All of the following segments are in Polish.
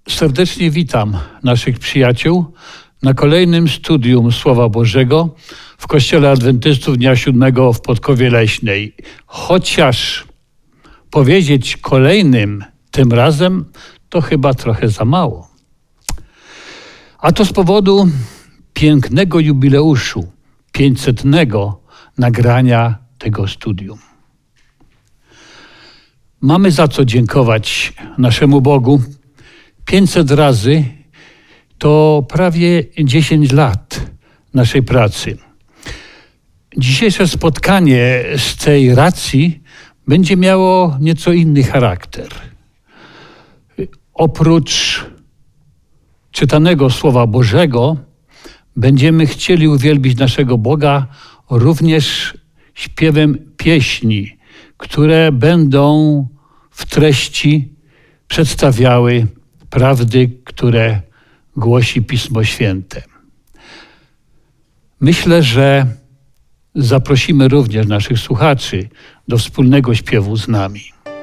Serdecznie witam naszych przyjaciół na kolejnym studium Słowa Bożego w Kościele Adwentystów Dnia Siódmego w Podkowie Leśnej. Chociaż powiedzieć kolejnym tym razem to chyba trochę za mało. A to z powodu pięknego jubileuszu 500. nagrania tego studium. Mamy za co dziękować naszemu Bogu. 500 razy to prawie 10 lat naszej pracy. Dzisiejsze spotkanie z tej racji będzie miało nieco inny charakter. Oprócz czytanego Słowa Bożego będziemy chcieli uwielbić naszego Boga również śpiewem pieśni, które będą w treści przedstawiały prawdy, które głosi Pismo Święte. Myślę, że zaprosimy również naszych słuchaczy do wspólnego śpiewu z nami.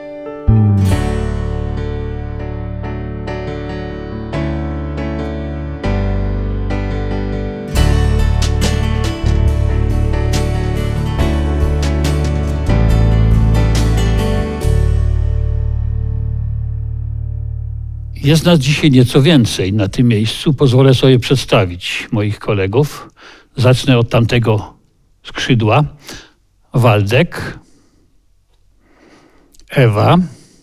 Jest nas dzisiaj nieco więcej na tym miejscu. Pozwolę sobie przedstawić moich kolegów. Zacznę od tamtego skrzydła. Waldek, Ewa,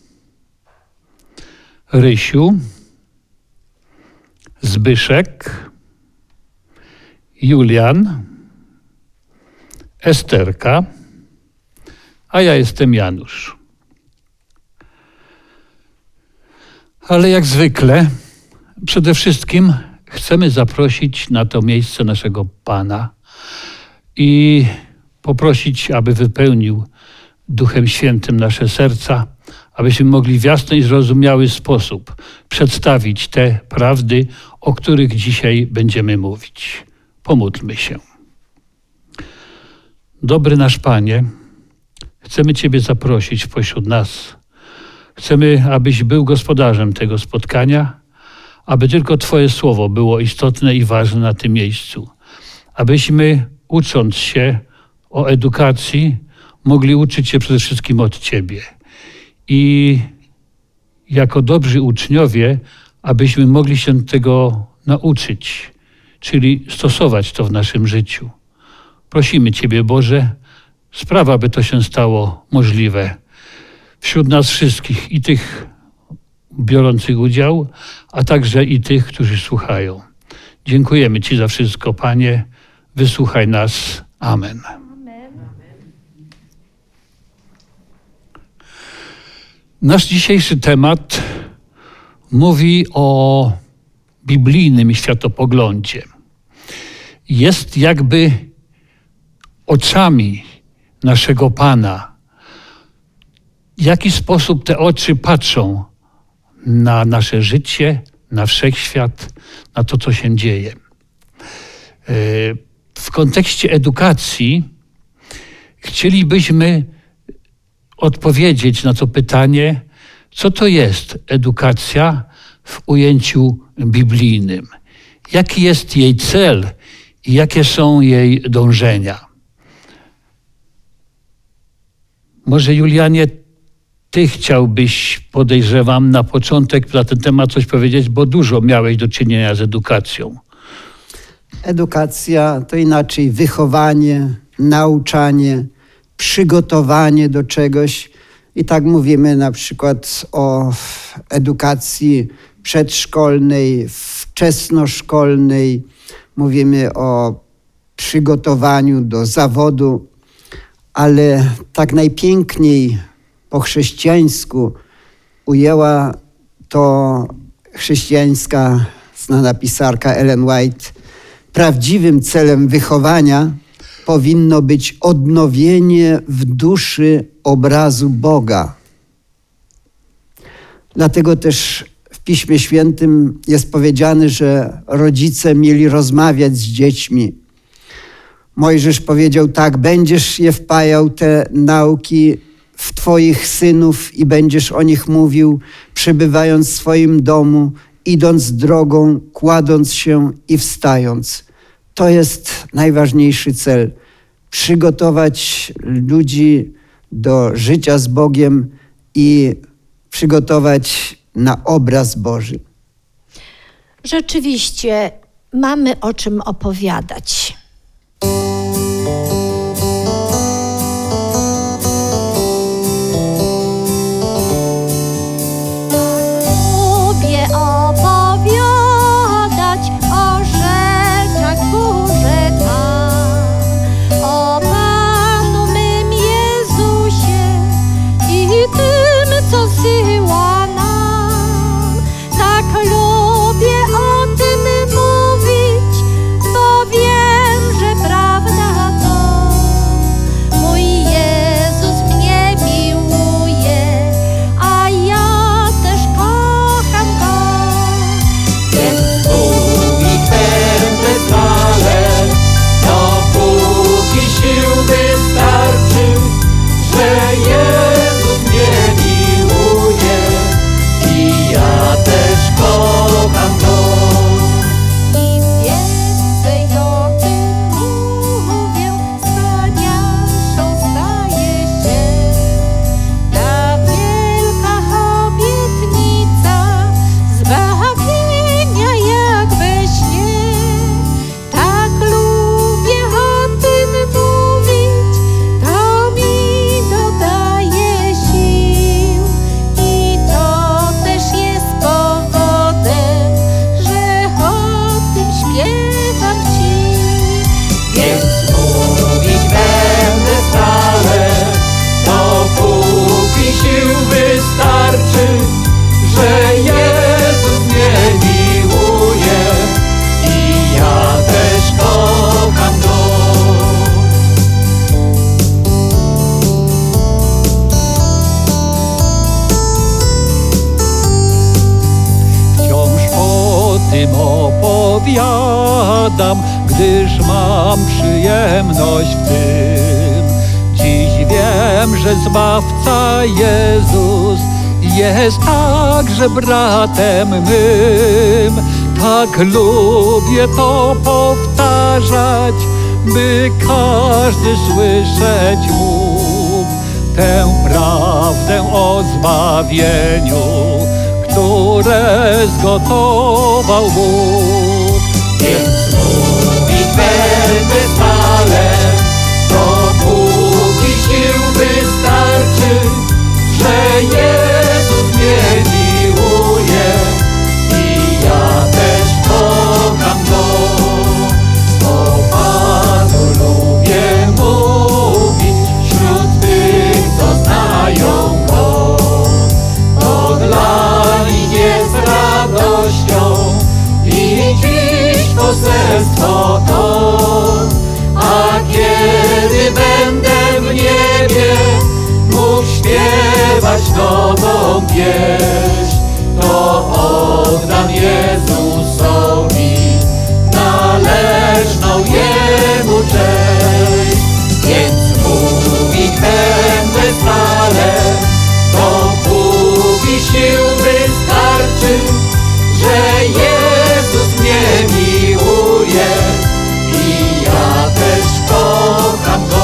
Rysiu, Zbyszek, Julian, Esterka, a ja jestem Janusz. Ale jak zwykle, przede wszystkim chcemy zaprosić na to miejsce naszego Pana i poprosić, aby wypełnił Duchem Świętym nasze serca, abyśmy mogli w jasny i zrozumiały sposób przedstawić te prawdy, o których dzisiaj będziemy mówić. Pomódlmy się. Dobry nasz Panie, chcemy Ciebie zaprosić pośród nas. Chcemy, abyś był gospodarzem tego spotkania, aby tylko Twoje słowo było istotne i ważne na tym miejscu. Abyśmy, ucząc się o edukacji, mogli uczyć się przede wszystkim od Ciebie. I jako dobrzy uczniowie, abyśmy mogli się tego nauczyć, czyli stosować to w naszym życiu. Prosimy Ciebie, Boże, spraw, aby to się stało możliwe wśród nas wszystkich, i tych biorących udział, a także i tych, którzy słuchają. Dziękujemy Ci za wszystko, Panie. Wysłuchaj nas. Amen. Nasz dzisiejszy temat mówi o biblijnym światopoglądzie. Jest jakby oczami naszego Pana. W jaki sposób te oczy patrzą na nasze życie, na wszechświat, na to, co się dzieje. W kontekście edukacji chcielibyśmy odpowiedzieć na to pytanie, co to jest edukacja w ujęciu biblijnym. Jaki jest jej cel i jakie są jej dążenia. Może, Julianie, Ty chciałbyś, podejrzewam, na początek na ten temat coś powiedzieć, bo dużo miałeś do czynienia z edukacją. Edukacja to inaczej wychowanie, nauczanie, przygotowanie do czegoś. I tak mówimy na przykład o edukacji przedszkolnej, wczesnoszkolnej. Mówimy o przygotowaniu do zawodu, ale tak najpiękniej po chrześcijańsku ujęła to chrześcijańska znana pisarka Ellen White. Prawdziwym celem wychowania powinno być odnowienie w duszy obrazu Boga. Dlatego też w Piśmie Świętym jest powiedziane, że rodzice mieli rozmawiać z dziećmi. Mojżesz powiedział tak: będziesz je wpajał te nauki w Twoich synów i będziesz o nich mówił, przebywając w swoim domu idąc drogą, kładąc się i wstając. To jest najważniejszy cel. Przygotować ludzi do życia z Bogiem i przygotować na obraz Boży. Rzeczywiście mamy o czym opowiadać. Lubię opowiadać o rzeczach Boże tam, o Panu mym Jezusie i tym, co zsyła nam. Tak lubię o tym mówić, bo wiem, że prawda to. Mój Jezus mnie miłuje, a ja też kocham Go. Więc mówić będę stale, dopóki sił wystarczy, że Jezus mnie miłuje i ja też kocham Go. Im więcej o tym mówię, wspanialszą staje się ta wielka obietnica zbawienia jak we śnie. Tak lubię o tym mówić, to mi dodaje sił i to też jest powodem, że o tym śpiewam Ci. Więc mówić będę stale, dopóki sił wystarczy, że Jezus mnie miłuje i ja też kocham Go. Wciąż o tym opowiadam, gdyż mam przyjemność w tym. Dziś wiem, że Zbawca Jezus jest także bratem mym. Tak lubię to powtarzać, by każdy słyszeć mógł tę prawdę o zbawieniu, które zgotował Bóg. Więc mówić będę stale, dopóki sił wystarczy, że Jezus mnie miłuje i ja też kocham Go. O Panu lubię mówić wśród tych, co znają Go. To dla nich jest radością i dziś poselstwo to. A kiedy będę w niebie mógł śpiewać nową pieśń, to oddam Jezusowi należną Jemu cześć. Więc mówić będę stale, dopóki sił wystarczy, że Jezus mnie miłuje i ja też kocham Go.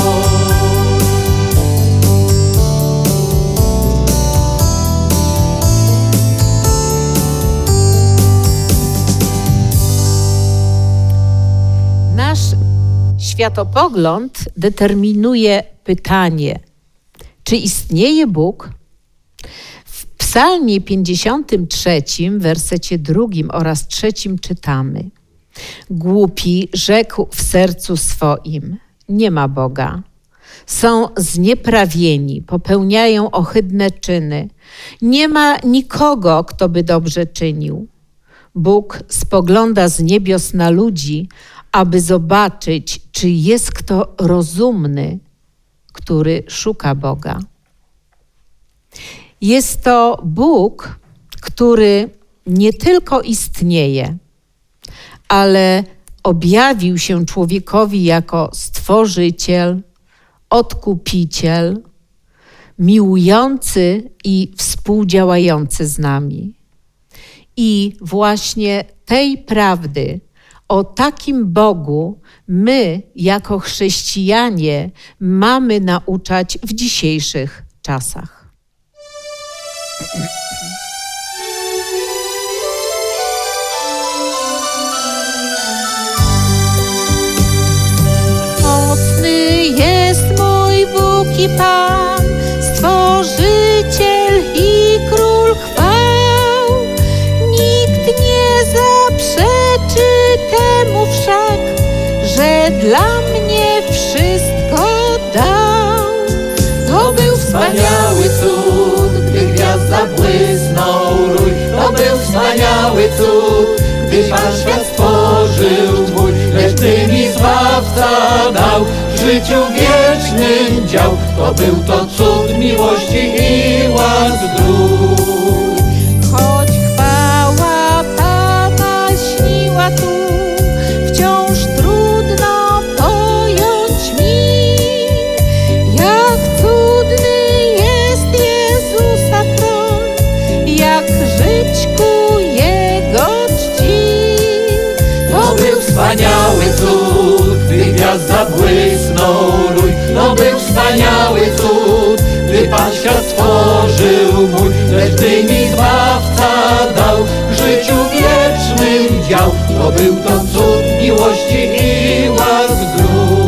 Nasz światopogląd determinuje pytanie, czy istnieje Bóg? W Psalmie 53, wersecie 2 oraz 3 czytamy: Głupi rzekł w sercu swoim, nie ma Boga. Są znieprawieni, popełniają ohydne czyny. Nie ma nikogo, kto by dobrze czynił. Bóg spogląda z niebios na ludzi, aby zobaczyć, czy jest kto rozumny, który szuka Boga. Jest to Bóg, który nie tylko istnieje, ale objawił się człowiekowi jako Stworzyciel, Odkupiciel, miłujący i współdziałający z nami. I właśnie tej prawdy, o takim Bogu my jako chrześcijanie mamy nauczać w dzisiejszych czasach. Mocny jest mój Bóg i Pan, Stworzyciel i Król chwał. Nikt nie zaprzeczy temu wszak, że dla mnie wszystko dał. To był wspaniały cud, gdy gwiazda błysnął rój. To był wspaniały cud, gdy Pan świat stworzył mój. Lecz Ty mi Zbawca dał, w życiu wiecznym dział. To był to cud miłości i łask dróg. Choć chwała Pana śniła tu, wciąż trudno pojąć mi, jak cudny jest Jezusa tron, jak żyć ku Jego czci. To był wspaniały cud, gdy gwiazda błysnął rój. To był wspaniały cud, gdy Pan świat stworzył mój. Lecz Ty mi Zbawca dał, w życiu wiecznym dział. To był to cud miłości i łask dróg.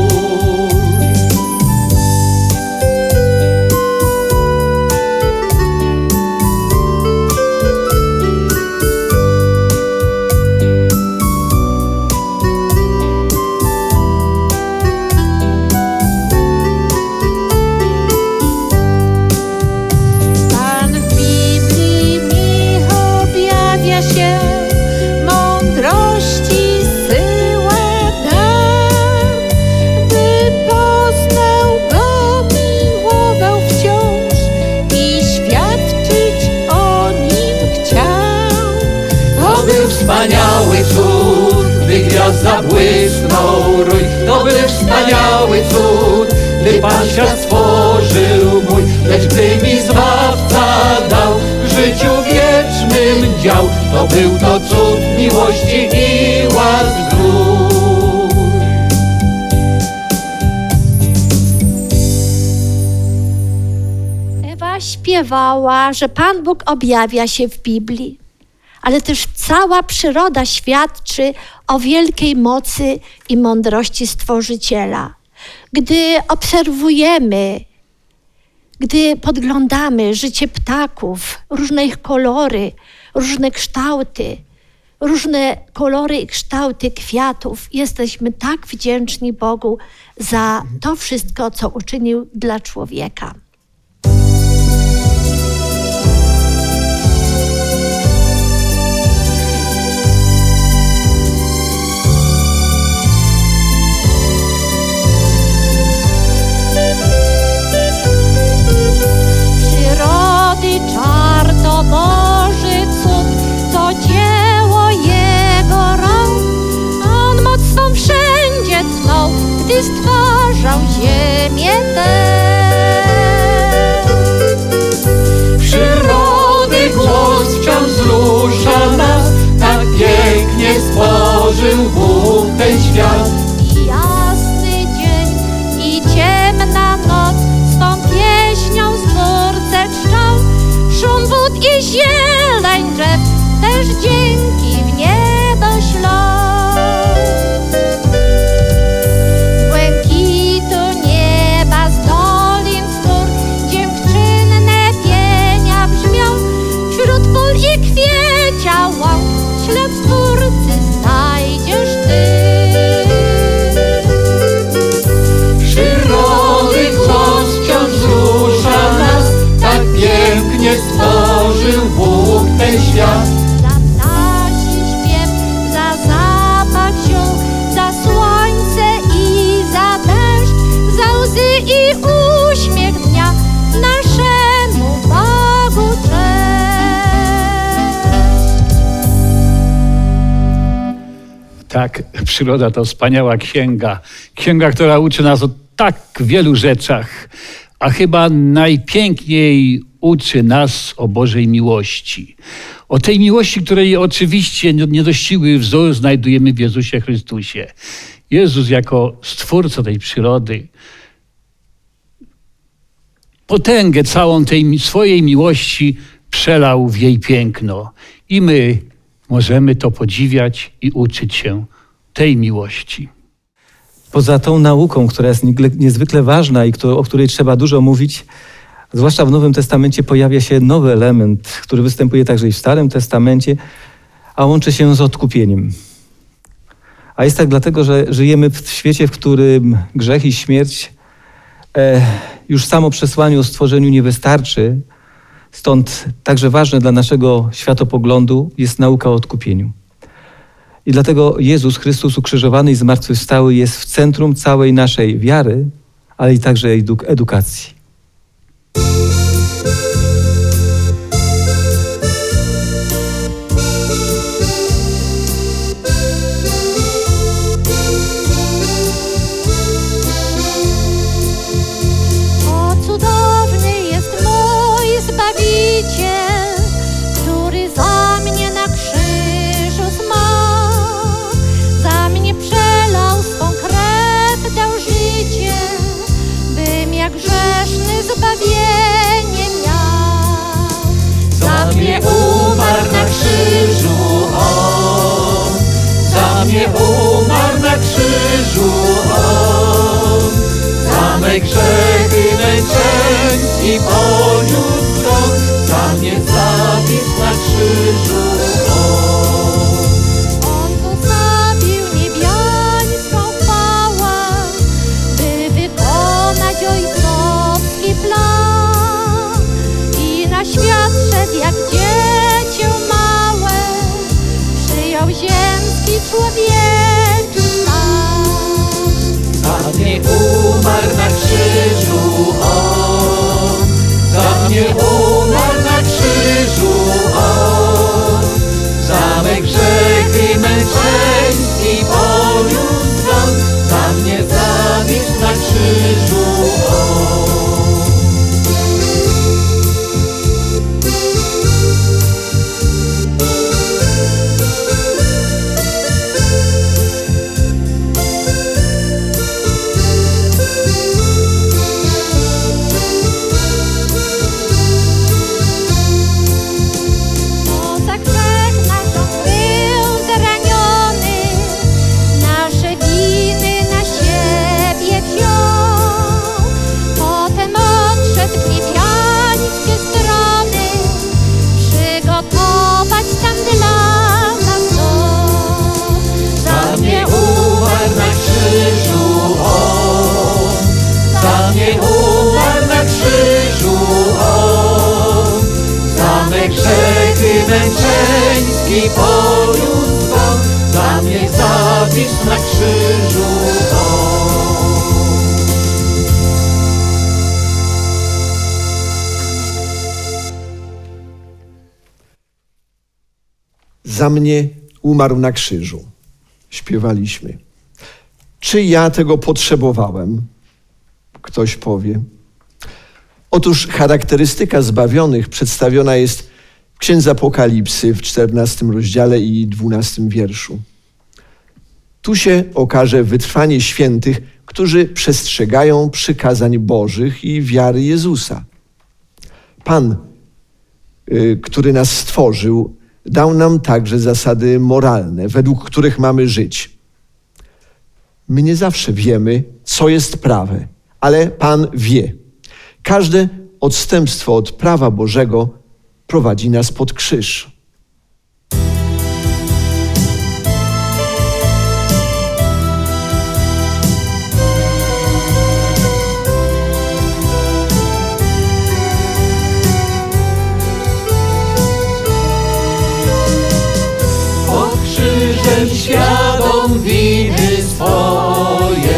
Pan w Biblii mi objawia się, mądrości syłę da, by poznał Go, miłował wciąż i świadczyć o Nim chciał. To był wspaniały cud, gdy gwiazda błysnął rój. To był wspaniały cud, gdy Pan świat stworzył mój. Lecz gdy mi Zbawca dał, w życiu wiecznym dział. To był to cud miłości i łask dróg. Ewa śpiewała, że Pan Bóg objawia się w Biblii, ale też cała przyroda świadczy o wielkiej mocy i mądrości Stworzyciela. Gdy obserwujemy, gdy podglądamy życie ptaków, różne ich kolory, różne kształty, różne kolory i kształty kwiatów, jesteśmy tak wdzięczni Bogu za to wszystko, co uczynił dla człowieka. Przyrody czar to Boży cud, to dzieło Jego rąk. On mocno wszędzie tchnął, gdy stwarzał ziemię tę. Przyrody głos wciąż wzrusza nas, tak pięknie stworzył Bóg ten świat. I jasny dzień, i ciemna noc, swą pieśnią stwórcę czczą. Szum wód i zieleń drzew też dzięki w niebo ślą. Błękitu nieba z dolin wzgór dziewczynne pienia brzmią. Wśród pól i kwiecia łąk ślad Stwórcy znajdziesz Ty. Przyrody głos wciąż wzrusza nas, tak pięknie stworzył Bóg ten świat. Za ptasi śpiew, za zapach ziół, za słońce i za deszcz, za łzy i uśmiech dnia naszemu Bogu cześć. Tak, przyroda to wspaniała księga. Księga, która uczy nas o tak wielu rzeczach, a chyba najpiękniej uczy nas o Bożej miłości. O tej miłości, której oczywiście niedościgły wzór znajdujemy w Jezusie Chrystusie. Jezus jako Stwórca tej przyrody, potęgę całą tej swojej miłości przelał w jej piękno. I my możemy to podziwiać i uczyć się tej miłości. Poza tą nauką, która jest niezwykle ważna i o której trzeba dużo mówić, zwłaszcza w Nowym Testamencie pojawia się nowy element, który występuje także i w Starym Testamencie, a łączy się z odkupieniem. A jest tak dlatego, że żyjemy w świecie, w którym grzech i śmierć już samo przesłanie o stworzeniu nie wystarczy. Stąd także ważne dla naszego światopoglądu jest nauka o odkupieniu. I dlatego Jezus Chrystus ukrzyżowany i zmartwychwstały jest w centrum całej naszej wiary, ale i także edukacji. O, cudowny jest mój Zbawiciel, który za mnie na krzyżu zmarł, za mnie przelał swą krew, dał życie, bym jak grzeszny zbawienie miał. Za mnie umarł na krzyżu On, za mnie umarł na krzyżu On, za me grzechy męczeński poniósł krok, za mnie zawisł na krzyżu On. On postawił niebiańską chwałę, by wykonać ojcowski plan i na świat szedł jak dziecię małe, przyjął ziemski człowieczy stan. Za mnie umarł na krzyżu On, za mnie umarł na krzyżu On, za me grzechy męczeński poniósł On, za mnie zawisł na krzyżu On. Bo za grzech nasz On był zraniony, nasze winy na siebie wziął. Potem odszedł w niebiańskie strony, przygotować tam dla nas dom. Za mnie umarł na krzyżu On, za mnie umarł na krzyżu On, za me grzechy męczeński poniósł On, za mnie zawisł na krzyżu On. Za mnie umarł na krzyżu. Śpiewaliśmy. Czy ja tego potrzebowałem? Ktoś powie. Otóż charakterystyka zbawionych przedstawiona jest w Księdze Apokalipsy w 14 rozdziale i 12 wierszu. Tu się okaże wytrwanie świętych, którzy przestrzegają przykazań Bożych i wiary Jezusa. Pan, który nas stworzył, dał nam także zasady moralne, według których mamy żyć. My nie zawsze wiemy, co jest prawe, ale Pan wie. Każde odstępstwo od prawa Bożego prowadzi nas pod krzyż. Pod krzyżem świadom winy swojej,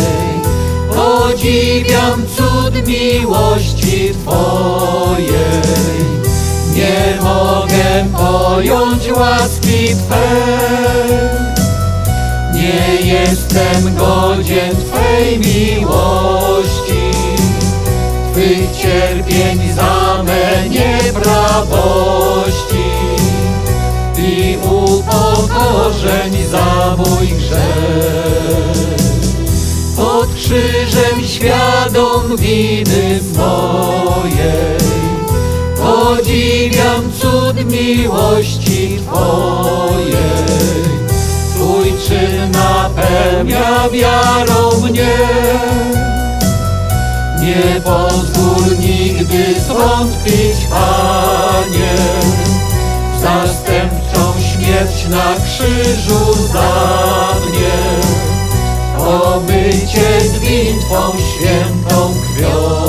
podziwiam cud miłości Twojej. Nie mogę pojąć łaski Twej, nie jestem godzien Twej miłości, Twych cierpień za me nieprawości. korzeń za mój grzech. Pod krzyżem świadom winy mojej, podziwiam cud miłości Twojej. Twój czyn napełnia wiarą mnie. Nie pozwól nigdy zwątpić, Panie, w zastępczą śmierć na krzyżu za mnie. Omycie z win Twą świętą krwią.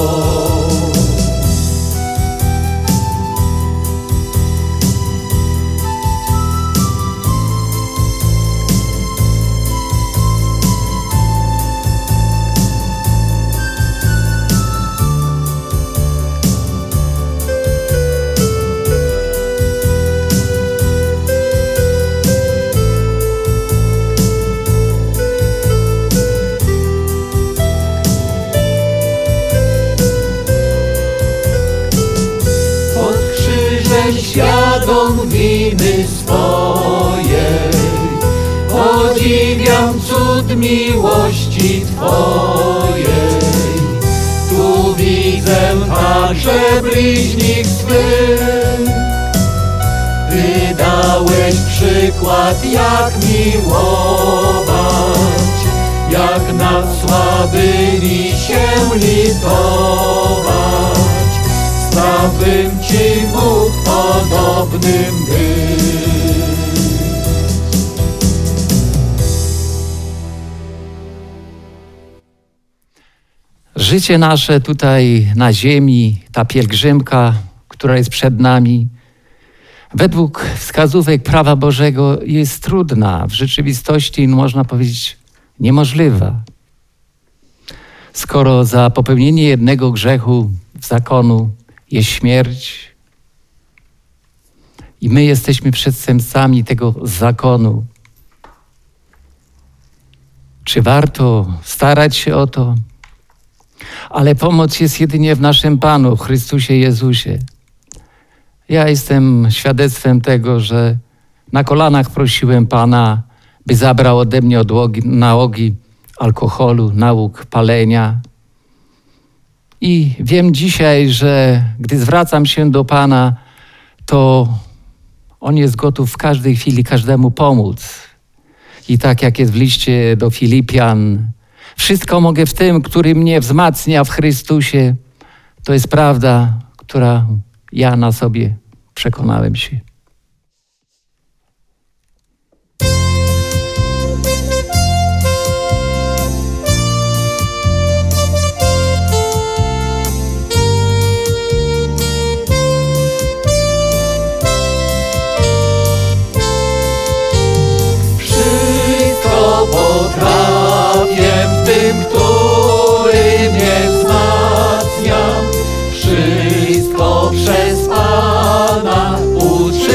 Świadom winy swojej, podziwiam cud miłości Twojej. Tu widzę także bliźnich swych. Ty dałeś przykład, jak miłować, jak nad słabymi się litować. Bym Ci mógł podobnym być. Życie nasze tutaj na ziemi, ta pielgrzymka, która jest przed nami, według wskazówek prawa Bożego jest trudna, w rzeczywistości można powiedzieć niemożliwa. Skoro za popełnienie jednego grzechu zakonu jest śmierć i my jesteśmy przestępcami tego zakonu. Czy warto starać się o to? Ale pomoc jest jedynie w naszym Panu, Chrystusie Jezusie. Ja jestem świadectwem tego, że na kolanach prosiłem Pana, by zabrał ode mnie nałogi alkoholu, nałóg palenia. I wiem dzisiaj, że gdy zwracam się do Pana, to On jest gotów w każdej chwili każdemu pomóc. I tak jak jest w liście do Filipian, wszystko mogę w tym, który mnie wzmacnia w Chrystusie. To jest prawda, która ja na sobie przekonałem się. Potrafię w tym, który mnie wzmacnia. Wszystko przez Pana uczynię.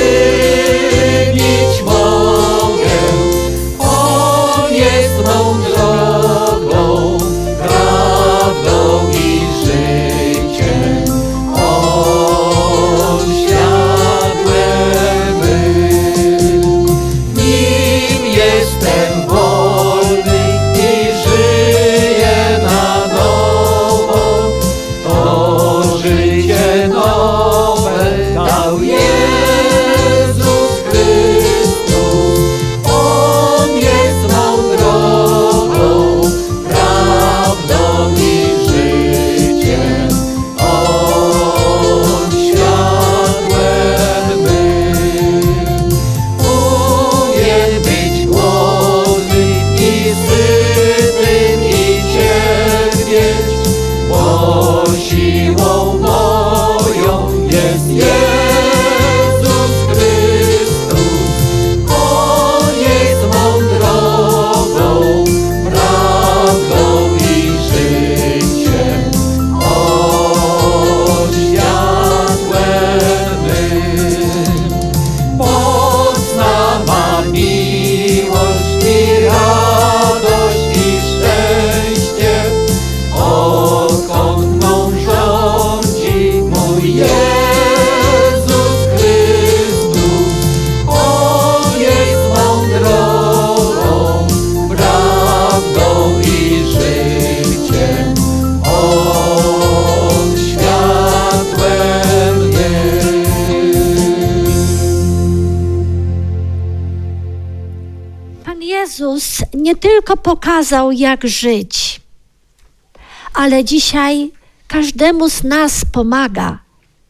Jezus nie tylko pokazał, jak żyć, ale dzisiaj każdemu z nas pomaga.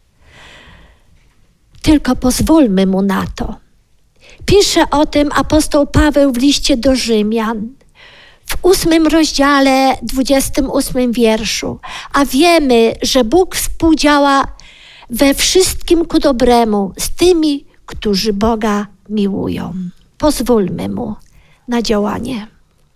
Tylko pozwólmy Mu na to. Pisze o tym apostoł Paweł w liście do Rzymian, w 8 rozdziale, 28 wierszu. A wiemy, że Bóg współdziała we wszystkim ku dobremu z tymi, którzy Boga miłują. Pozwólmy Mu na działanie.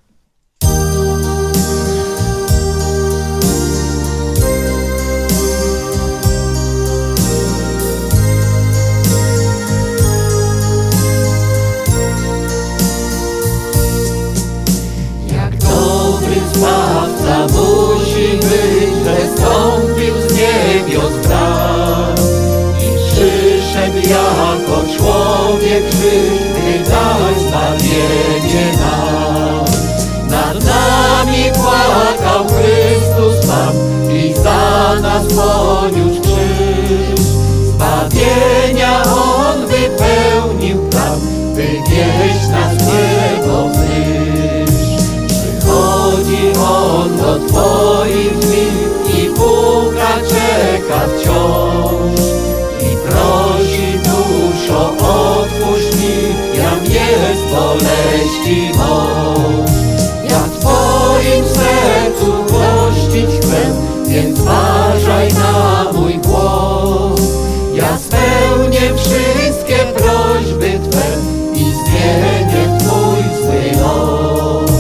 Zbawca musi być, że stąpił z niebios bram i przyszedł jako człowiek żywy dać zbawienie nam. Nad nami płakał Chrystus Pan i za nas poniósł krzyż. Zbawienia On wypełnił plan, by wieść nas w niebo wyż. Przychodzi On do Twoich drzwi i puka, czeka wciąż i prosi: duszo, otwórz mi, jam jest boleści mąż. Ja w Twoim sercu gościć chcę, więc uważaj na mój głos. Ja spełnię wszystkie prośby Twe i zmienię Twój zły los.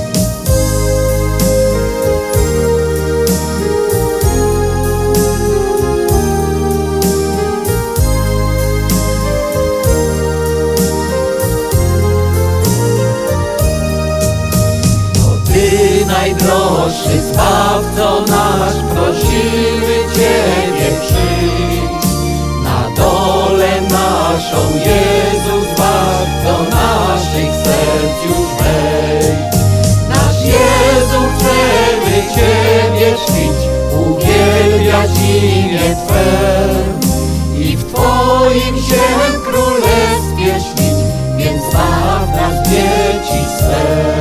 Najdroższy Zbawco nasz, prosimy Ciebie, przyjdź. Na dole naszą Jezus zbaw, do naszych serc już wejdź. Nasz Jezu, chcemy Ciebie czcić, uwielbiać imię Twe i w Twoim się królestwie śnić, więc zbaw nas, dzieci swe.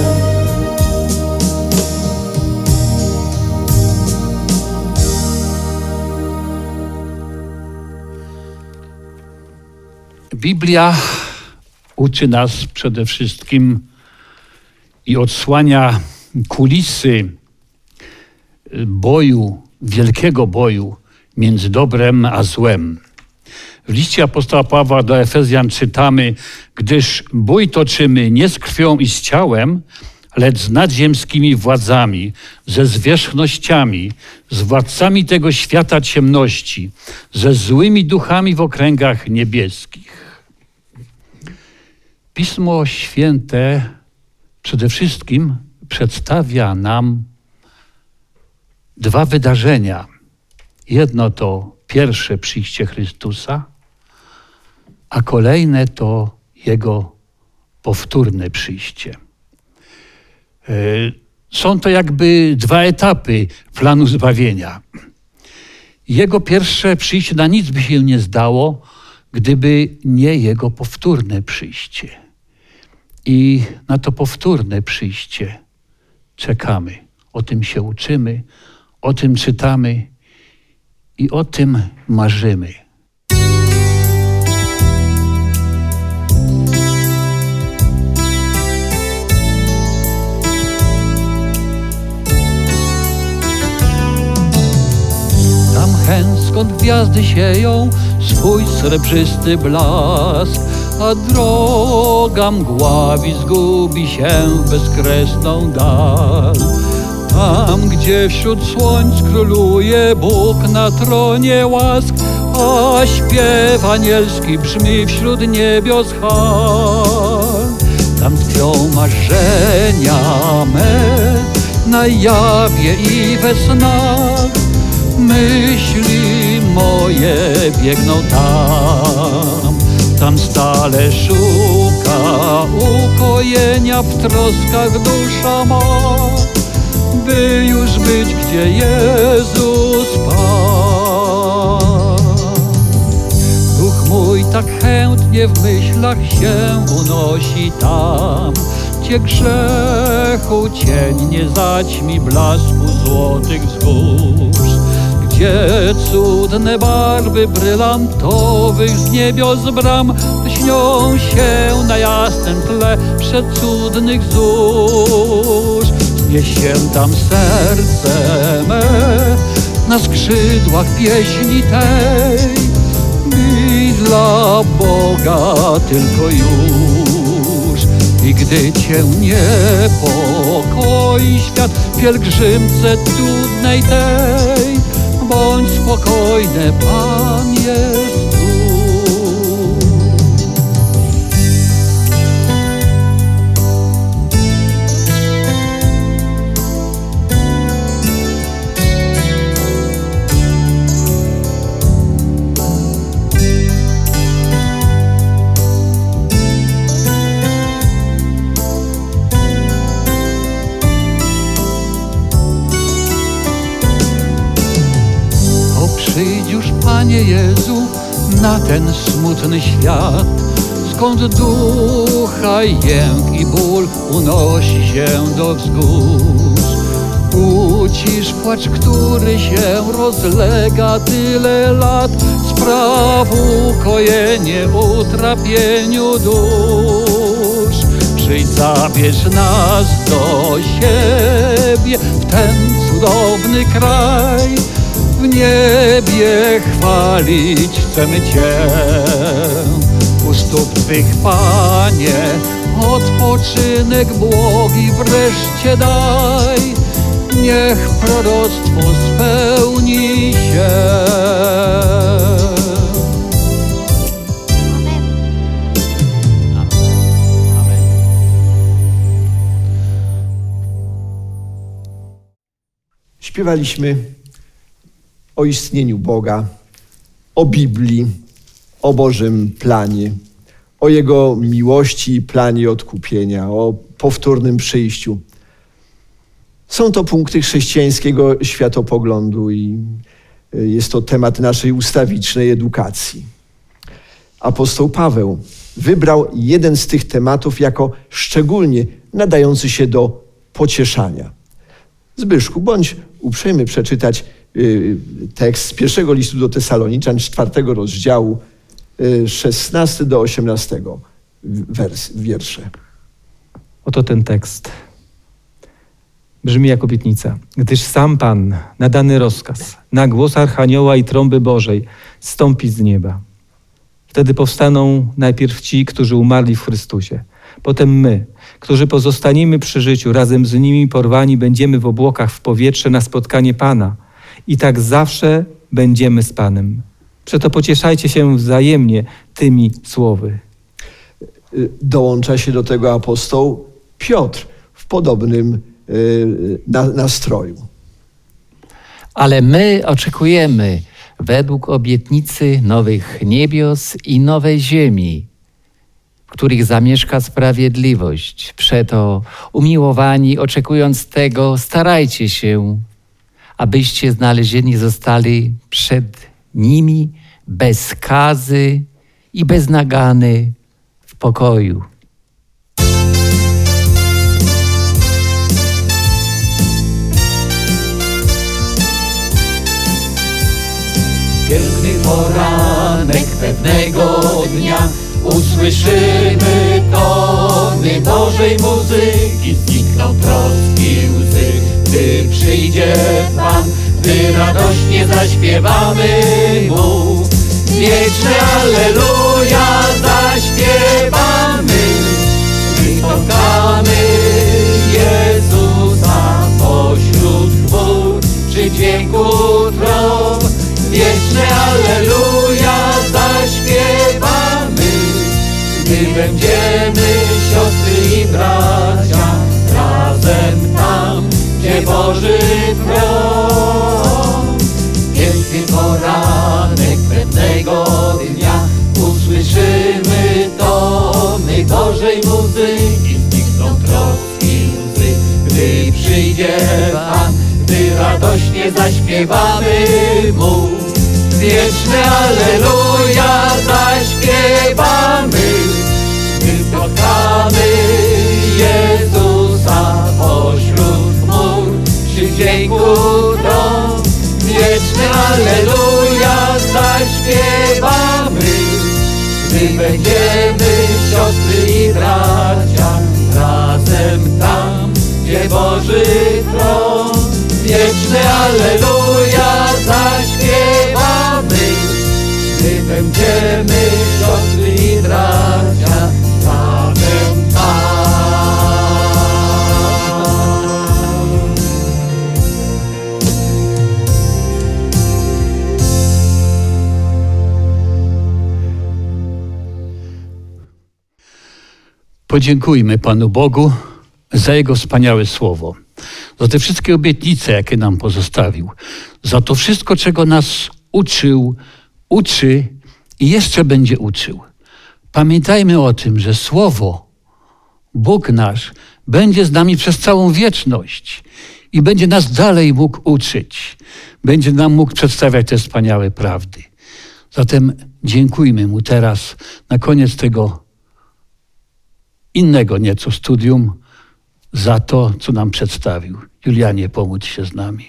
Biblia uczy nas przede wszystkim i odsłania kulisy boju, wielkiego boju między dobrem a złem. W liście apostoła Pawła do Efezjan czytamy: gdyż bój toczymy nie z krwią i z ciałem, lecz z nadziemskimi władzami, ze zwierzchnościami, z władcami tego świata ciemności, ze złymi duchami w okręgach niebieskich. Pismo Święte przede wszystkim przedstawia nam dwa wydarzenia. Jedno to pierwsze przyjście Chrystusa, a kolejne to Jego powtórne przyjście. Są to jakby dwa etapy planu zbawienia. Jego pierwsze przyjście na nic by się nie zdało, gdyby nie Jego powtórne przyjście. I na to powtórne przyjście czekamy. O tym się uczymy, o tym czytamy i o tym marzymy. Tam hen, skąd gwiazdy sieją swój srebrzysty blask, a droga mgławi zgubi się w bezkresną dal. Tam, gdzie wśród słońc króluje Bóg na tronie łask, a śpiew anielski brzmi wśród niebios chwal. Tam tkwią marzenia me na jawie i we snach, myśli moje biegną tam. Tam stale szuka ukojenia w troskach dusza ma, by już być, gdzie Jezus Pan. Duch mój tak chętnie w myślach się unosi tam, świecie grzechu cień nie zaćmi blasku złotych wzgórz, gdzie cudne barwy brylantowych z niebios bram lśnią się na jasnym tle przecudnych zórz. Znieś się tam serce me na skrzydłach pieśni tej i dla Boga tylko już. I gdy cię niepokoi świat pielgrzymce trudnej tej, bądź spokojny, Pan jest tu. Przyjdź już, Panie Jezu, na ten smutny świat, skąd ducha jęk i ból unosi się do wzgórz. Ucisz płacz, który się rozlega tyle lat, spraw ukojenie utrapieniu dusz. Przyjdź, zabierz nas do siebie w ten cudowny kraj. W niebie chwalić chcemy Cię, u stóp Twych, Panie, odpoczynek błogi wreszcie daj. Niech proroctwo spełni się. Amen. Śpiewaliśmy o istnieniu Boga, o Biblii, o Bożym planie, o Jego miłości i planie odkupienia, o powtórnym przyjściu. Są to punkty chrześcijańskiego światopoglądu i jest to temat naszej ustawicznej edukacji. Apostoł Paweł wybrał jeden z tych tematów jako szczególnie nadający się do pocieszania. Zbyszku, bądź uprzejmy przeczytać tekst z pierwszego listu do Tesaloniczan, 4 rozdziału, 16 do 18 wiersze. Oto ten tekst. Brzmi jak obietnica. Gdyż sam Pan, na dany rozkaz, na głos Archanioła i trąby Bożej, zstąpi z nieba. Wtedy powstaną najpierw ci, którzy umarli w Chrystusie. Potem my, którzy pozostaniemy przy życiu, razem z nimi porwani będziemy w obłokach w powietrze na spotkanie Pana. I tak zawsze będziemy z Panem. Przeto pocieszajcie się wzajemnie tymi słowy. Dołącza się do tego apostoł Piotr w podobnym nastroju. Ale my oczekujemy według obietnicy nowych niebios i nowej ziemi, w których zamieszka sprawiedliwość. Przeto, umiłowani, oczekując tego, starajcie się, abyście znalezieni zostali przed nimi bez skazy i bez nagany w pokoju. Piękny poranek pewnego dnia usłyszymy tony Bożej muzyki, znikną troski łzy. Gdy przyjdzie Pan, gdy radośnie zaśpiewamy Mu, wieczne Alleluja zaśpiewamy. Gdy spotkamy Jezusa pośród chmur, przy dźwięku trąb, wieczne Alleluja zaśpiewamy. Gdy będziemy siostry i bracia razem tam, gdzie Boży tron. Piękny poranek pewnego dnia usłyszymy tony Bożej muzyki, znikną troski łzy. Gdy przyjdzie Pan, gdy radośnie zaśpiewamy Mu, wieczne Alleluja zaśpiewamy. Gdy spotkamy Jezusa zaśpiewamy, gdy będziemy siostry i bracia razem tam, gdzie Boży tron. Wieczne Alleluja zaśpiewamy, gdy będziemy siostry i bracia razem tam. Podziękujmy Panu Bogu za Jego wspaniałe słowo, za te wszystkie obietnice, jakie nam pozostawił, za to wszystko, czego nas uczył, uczy i jeszcze będzie uczył. Pamiętajmy o tym, że Słowo, Bóg nasz, będzie z nami przez całą wieczność i będzie nas dalej mógł uczyć, będzie nam mógł przedstawiać te wspaniałe prawdy. Zatem dziękujmy Mu teraz na koniec tego innego nieco studium za to, co nam przedstawił. Julianie, pomódl się z nami.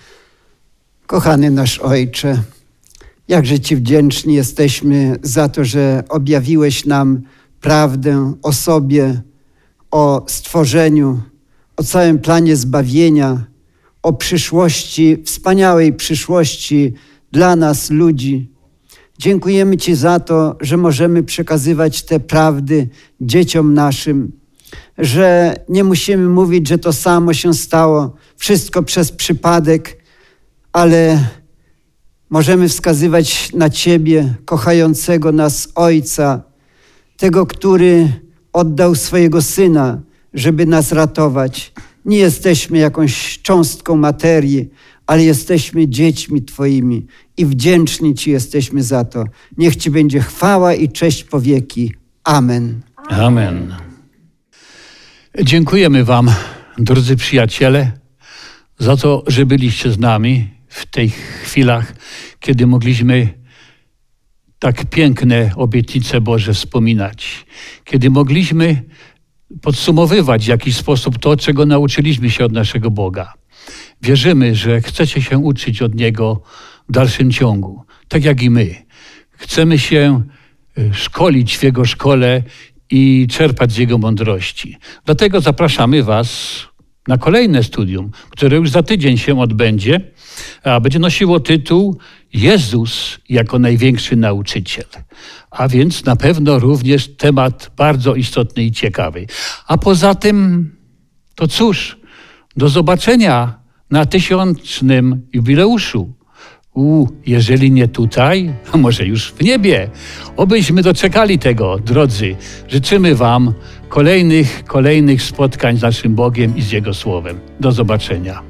Kochany nasz Ojcze, jakże Ci wdzięczni jesteśmy za to, że objawiłeś nam prawdę o sobie, o stworzeniu, o całym planie zbawienia, o przyszłości, wspaniałej przyszłości dla nas, ludzi. Dziękujemy Ci za to, że możemy przekazywać te prawdy dzieciom naszym, że nie musimy mówić, że to samo się stało, wszystko przez przypadek, ale możemy wskazywać na Ciebie, kochającego nas Ojca, tego, który oddał swojego Syna, żeby nas ratować. Nie jesteśmy jakąś cząstką materii, ale jesteśmy dziećmi Twoimi i wdzięczni Ci jesteśmy za to. Niech Ci będzie chwała i cześć po wieki. Amen. Amen. Dziękujemy Wam, drodzy przyjaciele, za to, że byliście z nami w tych chwilach, kiedy mogliśmy tak piękne obietnice Boże wspominać, kiedy mogliśmy podsumowywać w jakiś sposób to, czego nauczyliśmy się od naszego Boga. Wierzymy, że chcecie się uczyć od Niego w dalszym ciągu, tak jak i my. Chcemy się szkolić w Jego szkole i czerpać z Jego mądrości. Dlatego zapraszamy Was na kolejne studium, które już za tydzień się odbędzie, a będzie nosiło tytuł Jezus jako największy nauczyciel. A więc na pewno również temat bardzo istotny i ciekawy. A poza tym, to cóż, do zobaczenia na 1000. jubileuszu. Jeżeli nie tutaj, a może już w niebie. Obyśmy doczekali tego, drodzy. Życzymy Wam kolejnych spotkań z naszym Bogiem i z Jego Słowem. Do zobaczenia.